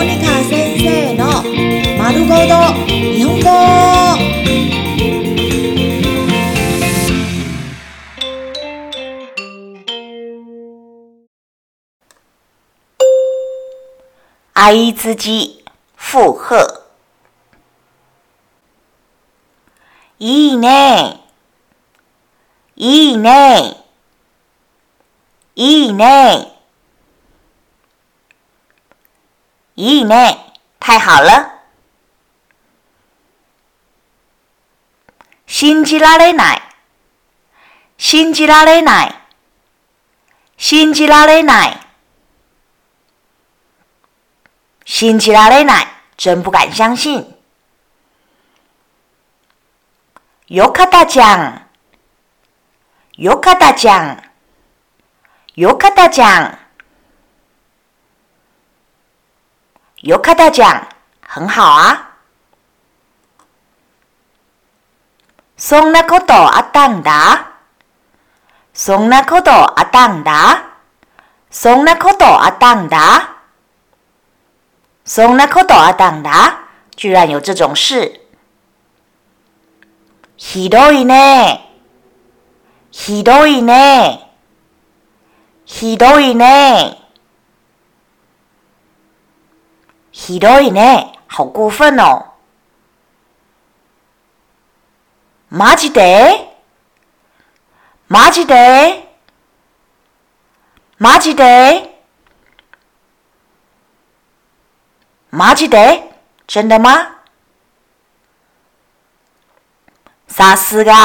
モニカ先生の丸ごと日本語。 相づち附和。いいね、いいね、いいね、いいね、太好了。信じられない、信じられない、信じられない、信じられない，真不敢相信。よかったじゃん、よかったじゃん、よかったじゃん，よかったじゃん，很好啊。そんなことあったんだ。そんなことあったんだ。そんなことあったんだ。そんなことあったんだ。居然有这种事。ひどいね。ひどいね。ひどいね。ひどいね。好过分哦。マジで？マジで？マジで？マジで？真的吗？さすが。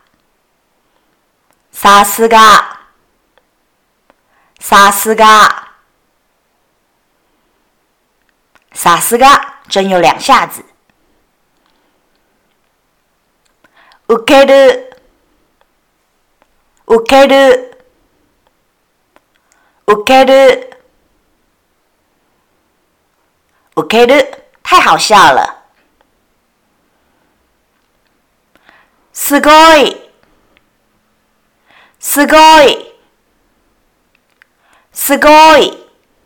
さすが。さすが。さすが，真有两下子。受ける、受ける、受ける、受ける，太好笑了。すごい、すごい、すごい、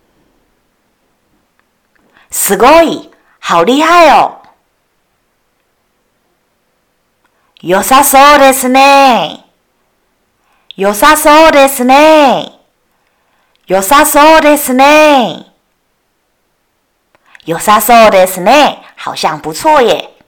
すごい，好厉害哦。良さそうですね。良さそうですね。良さそうですね。良さそうですね。好像不错耶。